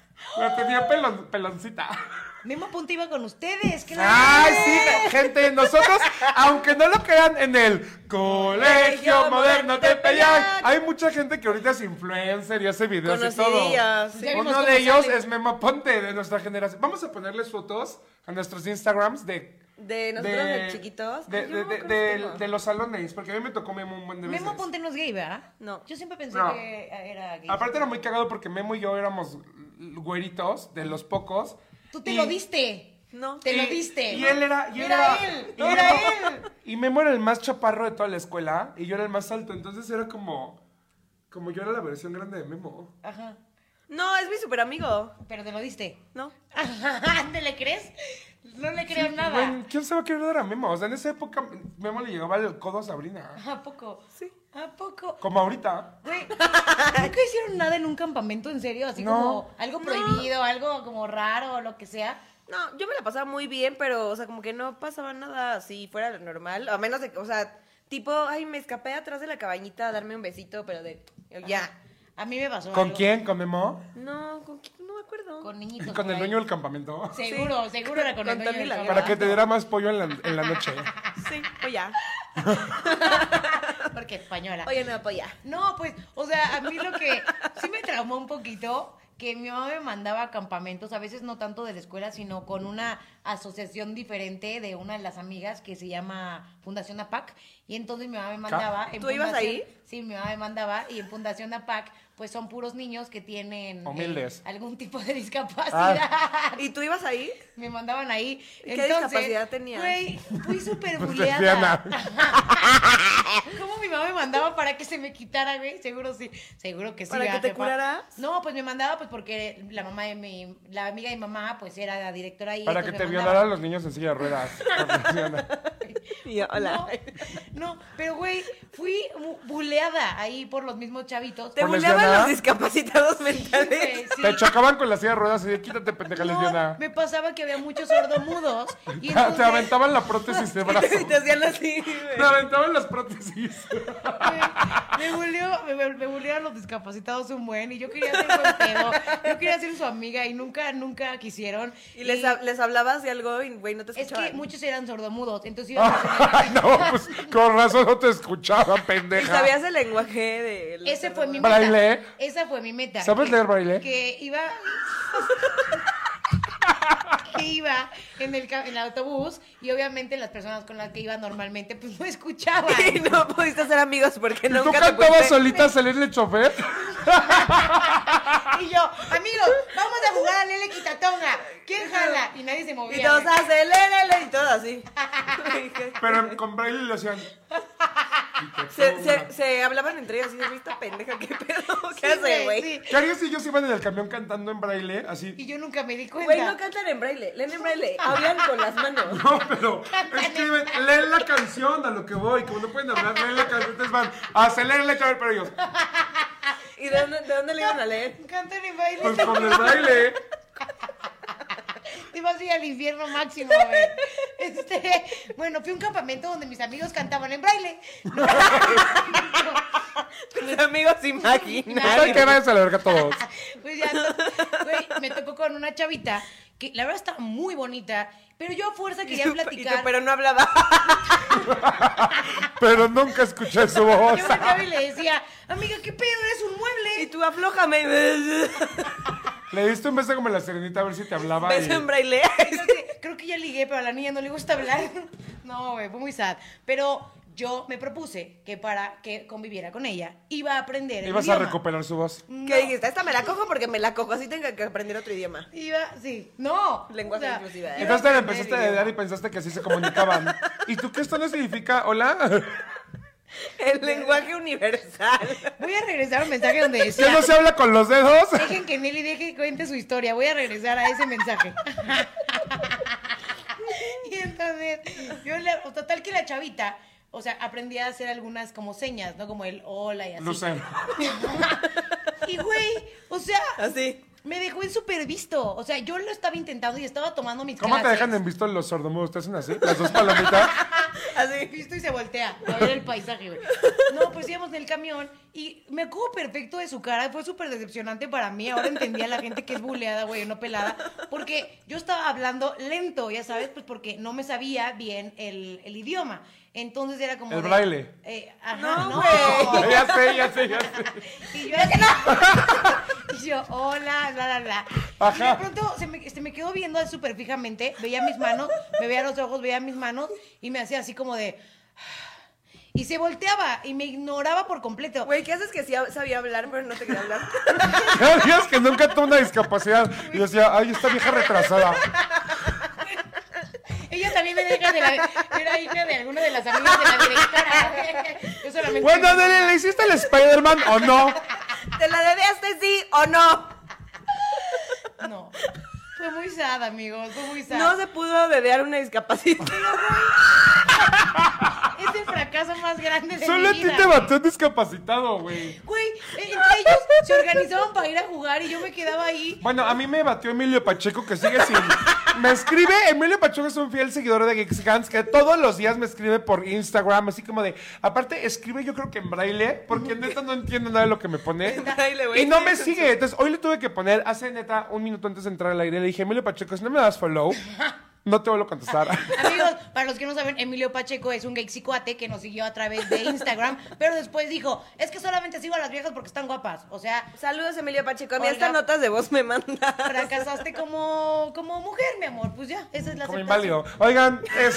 La tenía pelon- peloncita.
Memo Punto iba con ustedes, claro.
Ay, sí, gente, nosotros, aunque no lo crean en el Colegio Moderno Tepeyac, hay mucha gente que ahorita es influencer y hace videos y todo.
Conocidillas, sí.
Ya vimos
Uno
cómo
de ellos
sale.
es Memo Ponte, de nuestra generación. Vamos a ponerles fotos a nuestros Instagrams de...
De nosotros de chiquitos.
De,
Ay, yo
de,
no me
de,
acuerdo
de-
si tengo.
de los salones, porque a mí me tocó Memo un buen de veces.
Memo Ponte no es gay, ¿verdad?
No.
Yo siempre pensé
No.
que era gay.
Aparte era muy cagado porque Memo y yo éramos güeritos, de los pocos.
Tú te
y-
lo diste.
No.
Te lo
y-
diste.
Y él era. Y
Era
era
él,
y
era
Memo-
él.
Y Memo era el más chaparro de toda la escuela y yo era el más alto. Entonces era como. Como yo era la versión grande de Memo.
Ajá.
No, es mi super amigo.
Pero te lo diste.
No.
¿Te le crees? No le creo nada.
Güey, ¿quién se va a querer dar a Memo? O sea, en esa época Memo le llegaba el codo a Sabrina.
¿A poco?
Sí.
¿A poco?
Como ahorita.
Güey, ¿nunca hicieron nada en un campamento en serio? Así
No.
como algo prohibido, algo como raro o lo que sea.
No, yo me la pasaba muy bien, pero, o sea, como que no pasaba nada así fuera de lo normal. A menos de que, o sea, tipo, ay, me escapé atrás de la cabañita a darme un besito, pero de. Ya.
A mí me pasó
¿Con
algo.
quién? ¿Con Memo?
No, ¿con quién? No me acuerdo.
Con niñitos.
Con
por
el
ahí.
dueño del campamento.
Seguro, seguro era con,
Con
el dueño
Tony
del
la
campamento.
Para que te diera más pollo en la, en la noche.
Sí, pues ya.
Porque española.
Oye, no, pues ya.
No, pues, o sea, a mí lo que sí me traumó un poquito, que mi mamá me mandaba a campamentos, a veces no tanto de la escuela, sino con una asociación diferente de una de las amigas que se llama Fundación APAC. Y entonces mi mamá me mandaba... en
¿Tú ibas
Fundación-
ahí?
Sí, mi mamá me mandaba. Y en Fundación APAC, pues son puros niños que tienen...
Humildes.
eh, algún tipo de discapacidad.
¿Y tú ibas ahí?
Me mandaban ahí.
¿Qué
Entonces,
discapacidad tenías?
Güey, fui súper
Pues
buleada.
lesbiana.
¿Cómo mi mamá me mandaba para que se me quitara, güey? Seguro sí, seguro que sí.
¿Para que
¿verdad,
te
jefa?
curaras?
No, pues me mandaba pues porque la mamá de mi, la amiga de mi mamá pues era la directora ahí.
Para que
entonces
te
me mandaba.
violaran los niños en silla de ruedas.
Y yo, hola.
No, no, pero güey, fui bu- buleada ahí por los mismos chavitos.
¿Te
¿Por
buleaban
lesbiana?
los discapacitados
Güey,
mentales?
sí.
Te chocaban con la silla de ruedas y de quítate, pendeja
No,
lesbiana.
me pasaba que había muchos sordomudos. Y
Te
entonces,
aventaban la prótesis de brazo.
Y te hacían así,
Te
güey.
aventaban las prótesis.
güey, me buleó, me, me bulearon los discapacitados un buen y yo quería ser buen pedo. Yo quería ser su amiga y nunca, nunca quisieron.
Y les, hab- les hablabas de algo y, güey, no te
Es
escuchaban.
que muchos eran sordomudos, entonces íbamos
Ay, no, pues con razón no te escuchaban,
¿Y
pendeja.
sabías el lenguaje de... los
Ese fue mi meta.
¿Braille?
Esa fue mi meta.
¿Sabes
que-
leer braille?
Que iba. que iba en el, ca- en el autobús y obviamente las personas con las que iba normalmente pues no escuchaban.
Y no pudiste ser amigos porque
¿Y tú
nunca te
cantabas
fuiste.
solita a salirle chofer?
Y yo, amigos, vamos a jugar a Lele Quitatonga. ¿Quién jala? Y nadie se
Y
movía.
todos
güey.
acelérele y todo así.
Pero con braille le hacían...
se, se, se hablaban entre ellos y yo, esta pendeja, ¿qué pedo? ¿Qué
Sí,
hace, güey?
sí.
¿Qué harías si ellos iban en el camión cantando en braille? Así...
Y yo nunca me di cuenta.
Güey, no cantan en braille, leen en braille, hablan con las manos.
No, pero escriben, leen la canción a lo que voy. Como no pueden hablar, leen la canción, entonces van a acelerarle chofer, pero ellos...
¿Y de dónde, de dónde le iban a leer?
Cantan en baile.
Pues con el braille...
Te ibas a ir al infierno máximo, güey. Este, bueno, fui a un campamento donde mis amigos cantaban en braille. No,
Tus amigos
¿Saben
imaginarios.
qué? Váyanse a la verga todos.
pues ya, entonces, güey, me tocó con una chavita que la verdad está muy bonita, pero yo a fuerza
Y
quería
tú- y tú,
platicar.
pero no hablaba.
Pero nunca escuché su voz.
Yo volteaba y le decía, amiga, ¿qué pedo? Eres un mueble.
Y tú aflójame.
Le diste un beso como la serenita a ver si te hablaba.
Beso
y-
en braille.
Creo que, creo creo que ya ligué, pero a la niña no le gusta hablar. No, güey, fue muy sad. Pero yo me propuse que para que conviviera con ella, iba a aprender el
Ibas
idioma.
a recuperar su voz.
No.
¿Qué dijiste? Esta me la cojo porque me la cojo. Así tengo que aprender otro idioma.
Iba, sí. No.
Lenguaje inclusive, ¿eh?
iba
Entonces te la
aprender
empezaste a
idioma.
dar y pensaste que así se comunicaban. ¿Y tú qué esto no significa hola?
El lenguaje universal.
Voy a regresar a un mensaje donde decía...
¿Ya no se habla con los dedos?
Dejen que Nelly deje cuente su historia. Voy a regresar a ese mensaje. Y entonces, yo le, o total que la chavita, o sea, aprendí a hacer algunas como señas, ¿no? Como el hola y así.
Lucero.
Y güey, o sea,
Así.
me dejó en súper visto. O sea, yo lo estaba intentando y estaba tomando mis
¿Cómo te
clases.
dejan en visto los sordomudos? ¿Te hacen así? Las dos palomitas.
Así.
Visto y se voltea a ver el paisaje, güey. No, pues íbamos en el camión y me acuerdo perfecto de su cara. Fue súper decepcionante para mí. Ahora entendía a la gente que es buleada, güey, no pelada. Porque yo estaba hablando lento, ya sabes, pues porque no me sabía bien el, el idioma. Entonces era como
El
de-
braille.
Eh, ajá,
No,
no.
güey.
Ya sé, ya sé, ya sé.
Y yo así, y yo, hola, bla, bla, bla.
Ajá.
Y de pronto se me, se me quedó viendo súper fijamente, veía mis manos, me veía los ojos, veía mis manos y me hacía así como de... Y se volteaba y me ignoraba por completo.
Güey, ¿qué haces que sí sabía hablar, pero no te quería hablar?
Ya días que nunca tuvo una discapacidad. Y decía, ay, esta vieja retrasada.
Ella también me deja de la... Era hija de alguna de las amigas de la directora. Yo solamente...
Bueno, Nelly, ¿le hiciste el Spider-Man o no?
¿Te la dedeaste sí o no?
No. Fue muy sad, amigos, fue muy sad.
No se pudo dedear una discapacidad.
Es el fracaso más grande de
Solo a
mi
ti
vida.
te mató un discapacitado, güey.
Güey, entre ellos se organizaban para ir a jugar y yo me quedaba ahí.
Bueno, a mí me batió Emilio Pacheco, que sigue sin... Me escribe, Emilio Pacheco es un fiel seguidor de Geeks Gans, que todos los días me escribe por Instagram, así como de... Aparte, escribe yo creo que en braille, porque neta no entiendo nada de lo que me pone.
braille, güey.
Y no me sigue. Entonces, hoy le tuve que poner, hace neta, un minuto antes de entrar al aire, le dije, Emilio Pacheco, si no me das follow, no te vuelvo a contestar.
Amigos, para los que no saben, Emilio Pacheco es un geeksicuate que nos siguió a través de Instagram, pero después dijo, es que solamente sigo a las viejas porque están guapas. O sea,
Saludos, Emilio Pacheco. A mí
Olga.
estas notas de voz me manda.
fracasaste como, como mujer, mi amor. Pues ya, esa es la
Como
aceptación.
inválido. Oigan, es-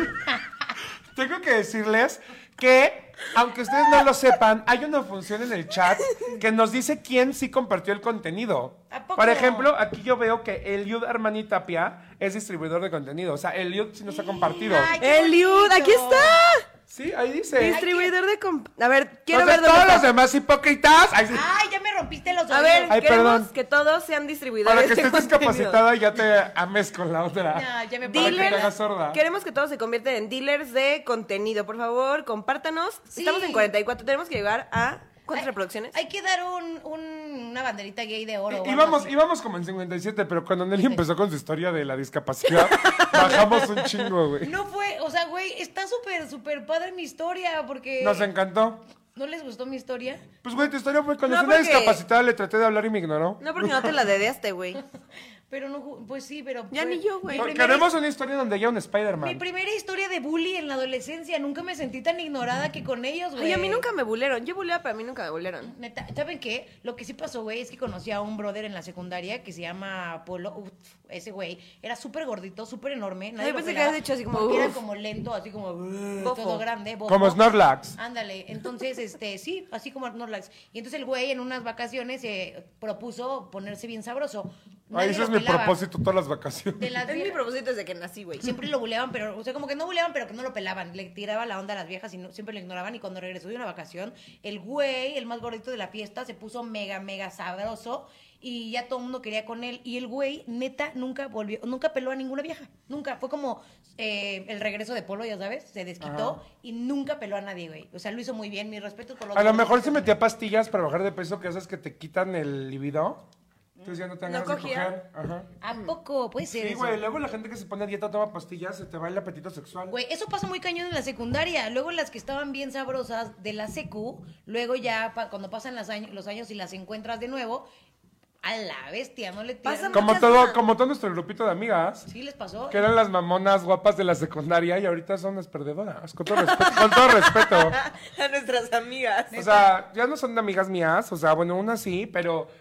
tengo que decirles que, aunque ustedes no lo sepan, hay una función en el chat que nos dice quién sí compartió el contenido.
¿A poco?
Por ejemplo, aquí yo veo que Eliud Armani Tapia es distribuidor de contenido. O sea, Eliud sí nos ha compartido.
Ay, qué
Eliud,
bonito.
aquí está.
Sí, ahí dice.
Distribuidor de... comp- A ver, quiero
Entonces,
ver dónde
todos los
está.
demás hipócritas. Ay, sí.
Ay, ya me rompiste los oídos.
A ver,
Ay,
queremos
perdón.
que todos sean distribuidores
Para que
de
estés
contenido.
discapacitada y ya te ames con la otra.
Ya, ya me
Para que te
Dealers,
hagas sorda.
queremos que todos se conviertan en dealers de contenido. Por favor, compártanos.
Sí.
Estamos en cuarenta y cuatro. Tenemos que llegar a... ¿Cuántas
Hay-
reproducciones?
Hay que dar un, un- una banderita gay de oro. o algo
Íbamos,
así.
íbamos como en cincuenta y siete, pero cuando Nelly empezó con su historia de la discapacidad, bajamos un chingo, güey.
No fue, o sea, güey, está súper, súper padre mi historia, porque...
Nos encantó.
¿No les gustó mi historia?
Pues, güey, tu historia fue cuando
No,
fui una
porque-
discapacitada, le traté de hablar y me ignoró.
No, porque no te la dedeaste, güey.
Pero no, ju- pues sí, pero...
Ya
fue-
ni yo, güey.
mi primera
Queremos una historia donde haya un
Mi
Spider-Man.
primera historia de bully en la adolescencia. Nunca me sentí tan ignorada que con ellos, güey.
Ay, a mí nunca me bulearon. Yo buleaba, pero a mí nunca me bulearon.
Neta, ¿saben qué? Lo que sí pasó, güey, es que conocí a un brother en la secundaria que se llama Polo. Uf, ese güey era súper gordito, súper enorme. Nadie
Ay,
lo
pensé que
pelaba
habías dicho así como,
porque era
uf.
como lento, así como uh,
Bofo.
todo grande. bofo.
Como Snorlax.
Ándale, entonces, este, sí, así como Snorlax. Y entonces el güey en unas vacaciones se propuso ponerse bien sabroso.
Ay,
Nadie
ese
lo
es mi
pelaba.
propósito todas las vacaciones.
De las
Es mi
viejas-
propósito desde que nací, güey.
Siempre lo buleaban, pero, o sea, como que no buleaban, pero que no lo pelaban. Le tiraba la onda a las viejas y no- siempre lo ignoraban. Y cuando regresó de una vacación, el güey, el más gordito de la fiesta, se puso mega, mega sabroso. Y ya todo el mundo quería con él. Y el güey, neta, nunca volvió, nunca peló a ninguna vieja. Nunca. Fue como eh, el regreso de Polo, ya sabes. Se desquitó y nunca peló a nadie, güey. O sea, lo hizo muy bien. Mis respetos por los
A lo
gordos.
mejor se metía pastillas para bajar de peso, que esas que te quitan el libido. Entonces ya no te dan
¿No
ganas de
cogía?
coger. Ajá.
¿A poco? Puede ser
Sí,
eso.
güey, luego la gente que se pone a dieta toma pastillas, se te va el apetito sexual.
Güey, eso pasa muy cañón en la secundaria. Luego las que estaban bien sabrosas de la secu, luego ya pa- cuando pasan las años, los años y las encuentras de nuevo, a la bestia, no le tiran.
Pasa
Como
muchas
todo,
cosas.
como todo nuestro grupito de amigas,
¿Sí les pasó?
que eran las mamonas guapas de la secundaria y ahorita son las perdedoras. Con todo respeto. Con todo respeto.
A nuestras amigas.
O sea, ya no son amigas mías, o sea, bueno, una sí, pero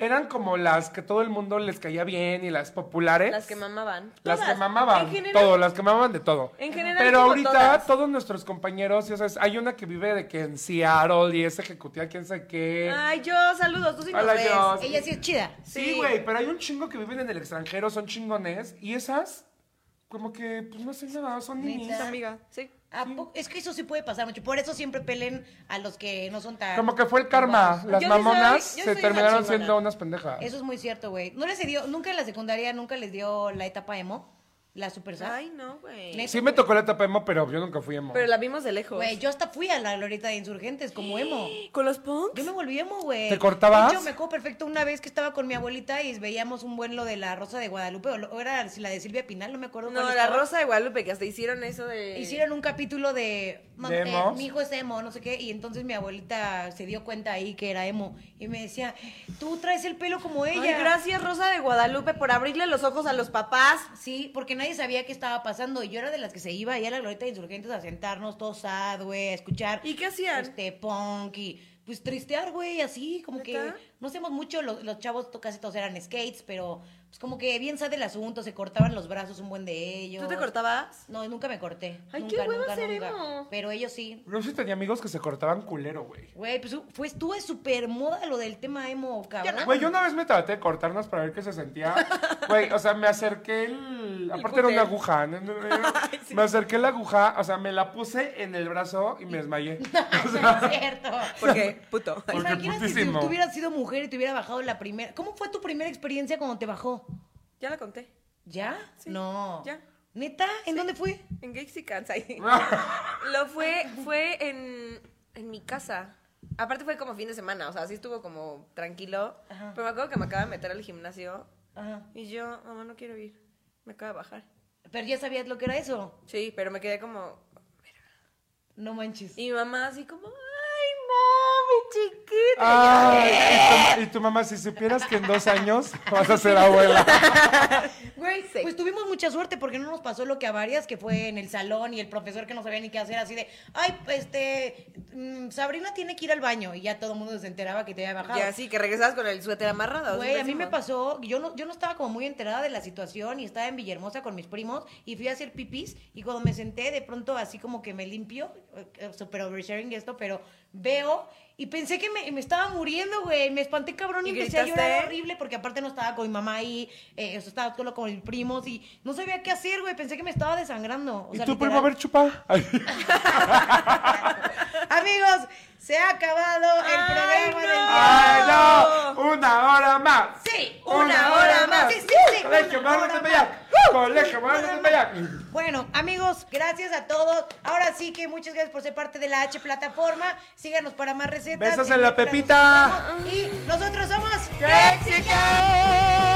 eran como las que todo el mundo les caía bien y las populares.
Las que mamaban.
Las
Todas.
que mamaban,
En general,
todo, las que mamaban de todo.
En general,
Pero
como
ahorita
todas.
todos nuestros compañeros, ya sabes, hay una que vive de que en Seattle y es ejecutiva quién sabe qué.
Ay, yo, saludos, tú sí nos
Hola,
ves.
yo.
Ella sí es chida.
Sí, güey, pero hay un chingo que viven en el extranjero, son chingones y esas como que pues no hacen nada, son
Neta.
niñas.
Amiga, sí.
¿A poco? Es que eso sí puede pasar mucho. Por eso siempre peleen a los que no son tan...
Como que fue el karma, las
Yo sí
mamonas
soy- yo
se
soy una
terminaron
chingona.
siendo unas pendejas.
Eso es muy cierto, güey. ¿No les dio, nunca en la secundaria, nunca les dio la etapa emo? La super sad.
Ay, no, güey.
Neta.
Sí me tocó la etapa emo, pero yo nunca fui emo.
Pero la vimos de lejos.
Güey, yo hasta fui a la glorieta de Insurgentes como emo.
¿Con los punks?
Yo me volví emo, güey.
¿Te cortabas?
De hecho, me acuerdo perfecto una vez que estaba con mi abuelita y veíamos un buen lo de la Rosa de Guadalupe, o, lo- o era la de Silvia Pinal, no me acuerdo
No,
cuál
la
estaba.
Rosa de Guadalupe, que hasta hicieron eso de...
Hicieron un capítulo de, mam-
¿De
eh,
emos?
mi hijo es emo, no sé qué, y entonces mi abuelita se dio cuenta ahí que era emo y me decía, tú traes el pelo como ella.
Ay, gracias, Rosa de Guadalupe, por abrirle los ojos a los papás.
Sí, porque nadie sabía qué estaba pasando y yo era de las que se iba ahí a la glorieta de Insurgentes a sentarnos todos sad, güey, a escuchar.
¿Y qué hacían?
Este, punk y pues tristear, güey, así, como
¿Neta?
que no hacemos mucho, los, los chavos to- casi todos eran skates, pero pues como que bien sad el asunto, se cortaban los brazos un buen de ellos.
¿Tú te cortabas?
No, nunca me corté.
Ay,
nunca,
qué hueva
nunca,
ser
nunca.
emo.
Pero ellos sí.
Yo sí tenía amigos que se cortaban culero, güey.
Güey, pues fue, estuvo súper moda lo del tema emo, cabrón.
Güey, yo una vez me traté de cortarnos para ver qué se sentía. Güey, o sea, me acerqué el... Aparte era
cúter.
una aguja. ¿no? No, no, no. Me acerqué la aguja, o sea, me la puse en el brazo y me desmayé.
No es cierto.
¿Por qué? Puto.
Porque
Imagínate si
putísimo.
tú hubieras sido mujer y te hubiera bajado la primera. ¿Cómo fue tu primera experiencia cuando te bajó?
Ya la conté.
¿Ya?
Sí,
no.
ya.
¿Neta? ¿En dónde fue?
En Gexy Kansai. Lo fue, fue en, en mi casa. Aparte fue como fin de semana, o sea, así estuvo como tranquilo.
Ajá.
Pero me acuerdo que me acaba de meter al gimnasio
Ajá.
y yo, mamá, no quiero ir. Me acaba de bajar.
Pero ya sabías lo que era eso.
Sí, pero me quedé como...
No manches.
Y mi mamá así como, ay, no, mi chiquita.
Ay, y, tu, y tu mamá, si supieras que en dos años vas a ser abuela.
Güey,
Sí.
pues tuvimos mucha suerte porque no nos pasó lo que a varias, que fue en el salón y el profesor que no sabía ni qué hacer, así de, ay, este, mm, Sabrina tiene que ir al baño. Y ya todo el mundo se enteraba que te había bajado.
Ya, sí, que regresabas con el suéter amarrado.
Güey,
siempre
a mí me
decimos.
pasó, yo no, yo no estaba como muy enterada de la situación y estaba en Villahermosa con mis primos y fui a hacer pipis y cuando me senté de pronto así como que me limpio, eh, super oversharing esto, pero veo y pensé que me, me estaba muriendo, güey, me espanté cabrón y,
¿Y
empecé a
gritaste?
llorar horrible porque aparte no estaba con mi mamá ahí, eh, o sea, estaba solo con mis primos y no sabía qué hacer, güey, pensé que me estaba desangrando. O
¿Y
sea,
tú,
literal.
primo, a ver, chupa? Ay.
Amigos, se ha acabado el
Ay,
programa
no.
del día.
¡Ay, no! ¡Una hora más!
Sí,
una hora más.
Sí, sí, sí,
Colegio
una
Manos
hora
de Tepeyac.
más.
Colegio Manos de Tepeyac.
Bueno, amigos, gracias a todos. Ahora sí que muchas gracias por ser parte de la H Plataforma. Síganos para más recetas.
Besos en la pepita.
Y nosotros somos...
¡Mexican!